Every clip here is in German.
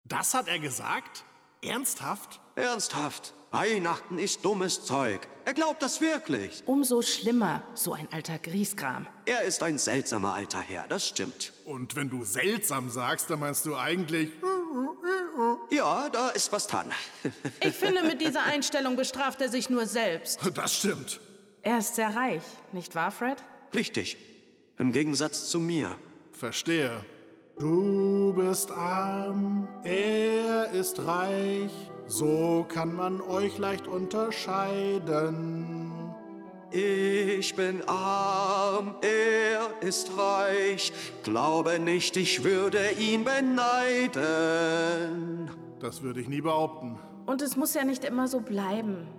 Das hat er gesagt? Ernsthaft? Ernsthaft. Weihnachten ist dummes Zeug. Er glaubt das wirklich. Umso schlimmer, so ein alter Grieskram. Er ist ein seltsamer alter Herr, das stimmt. Und wenn du seltsam sagst, dann meinst du eigentlich... Ja, da ist was dran. Ich finde, mit dieser Einstellung bestraft er sich nur selbst. Das stimmt. Er ist sehr reich, nicht wahr, Fred? Richtig. Im Gegensatz zu mir. Verstehe. Du bist arm, er ist reich, so kann man euch leicht unterscheiden. Ich bin arm, er ist reich, glaube nicht, ich würde ihn beneiden. Das würde ich nie behaupten. Und es muss ja nicht immer so bleiben.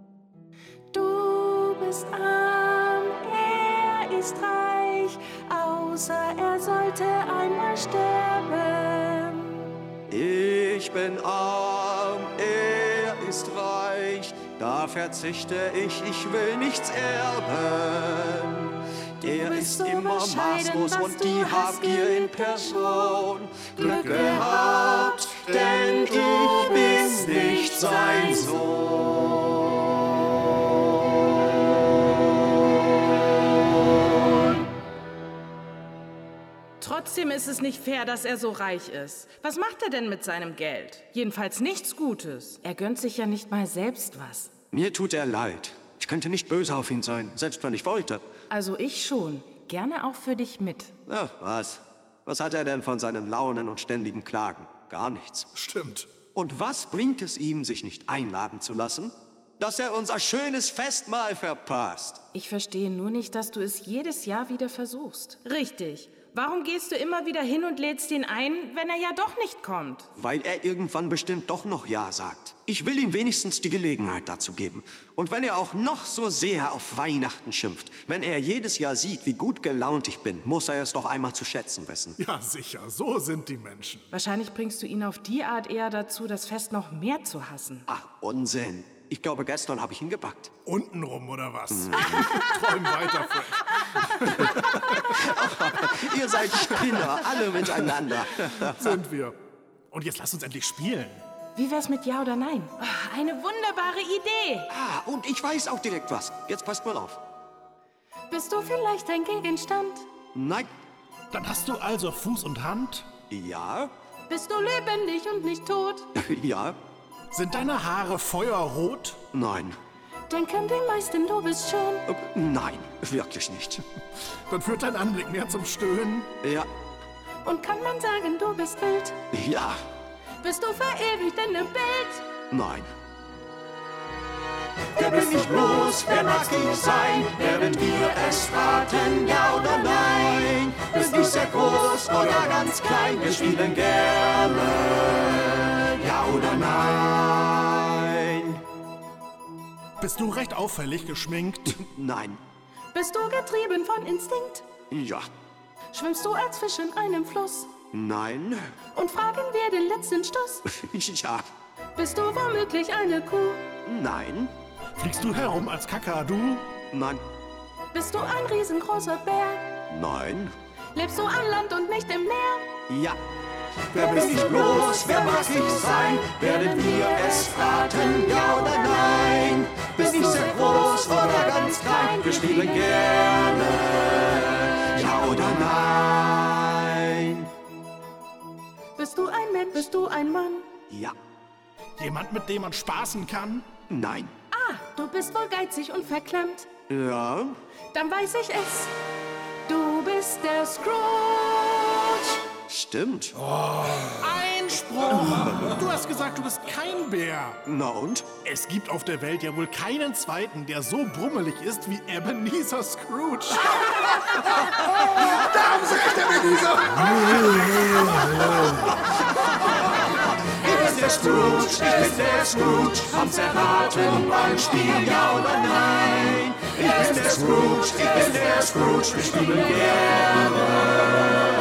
Du bist arm, er ist reich, außer er sollte einmal sterben. Ich bin arm, er ist reich, da verzichte ich will nichts erben. Er ist so immer bescheiden, maßlos was und du die hast, Habgier in Person. Glück gehabt, denn ich bin nicht sein Sohn. Trotzdem ist es nicht fair, dass er so reich ist. Was macht er denn mit seinem Geld? Jedenfalls nichts Gutes. Er gönnt sich ja nicht mal selbst was. Mir tut er leid. Ich könnte nicht böse auf ihn sein, selbst wenn ich wollte. Also ich schon. Gerne auch für dich mit. Ach, was? Was hat er denn von seinen Launen und ständigen Klagen? Gar nichts. Stimmt. Und was bringt es ihm, sich nicht einladen zu lassen? Dass er unser schönes Festmahl verpasst. Ich verstehe nur nicht, dass du es jedes Jahr wieder versuchst. Richtig. Warum gehst du immer wieder hin und lädst ihn ein, wenn er ja doch nicht kommt? Weil er irgendwann bestimmt doch noch Ja sagt. Ich will ihm wenigstens die Gelegenheit dazu geben. Und wenn er auch noch so sehr auf Weihnachten schimpft, wenn er jedes Jahr sieht, wie gut gelaunt ich bin, muss er es doch einmal zu schätzen wissen. Ja, sicher. So sind die Menschen. Wahrscheinlich bringst du ihn auf die Art eher dazu, das Fest noch mehr zu hassen. Ach, Unsinn. Ich glaube, gestern habe ich ihn gepackt. Untenrum, oder was? Träum weiter, Fred. Ihr seid Spinner, alle miteinander. Sind wir. Und jetzt lass uns endlich spielen. Wie wär's mit Ja oder Nein? Oh, eine wunderbare Idee. Ah, und ich weiß auch direkt was. Jetzt passt mal auf. Bist du vielleicht ein Gegenstand? Nein. Dann hast du also Fuß und Hand? Ja. Bist du lebendig und nicht tot? Ja. Sind deine Haare feuerrot? Nein. Denken die meisten, du bist schön. Nein, wirklich nicht. Dann führt dein Anblick mehr zum Stöhnen? Ja. Und kann man sagen, du bist wild? Ja. Bist du verewigt in dem Bild? Nein. Wer bin ich bloß, wer mag ich sein? Werden wir es raten, ja oder nein? Bist du sehr groß oder ganz klein? Wir spielen gerne, ja oder nein? Bist du recht auffällig geschminkt? Nein. Bist du getrieben von Instinkt? Ja. Schwimmst du als Fisch in einem Fluss? Nein. Und fragen wir den letzten Stoß? Ja. Bist du womöglich eine Kuh? Nein. Fliegst du herum als Kakadu? Nein. Bist du ein riesengroßer Bär? Nein. Lebst du an Land und nicht im Meer? Ja. Wer bin ich bloß, wer mag ich sein? Werden wir es raten, ja oder nein? Bist du sehr groß oder ganz klein? Wir spielen gerne, ja oder nein? Bist du ein Mensch? Bist du ein Mann? Ja. Jemand, mit dem man spaßen kann? Nein. Ah, du bist wohl geizig und verklemmt. Ja. Dann weiß ich es. Du bist der Scrooge. Stimmt. Einspruch! Du hast gesagt, du bist kein Bär. Na und? Es gibt auf der Welt ja wohl keinen zweiten, der so brummelig ist wie Ebenezer Scrooge. Da haben Sie recht, Herr Ebenezer! Ich bin der Scrooge, ich bin der Scrooge. Haben's erraten beim Spiel, ja oder nein? Ich bin der Scrooge, wir spielen gerne.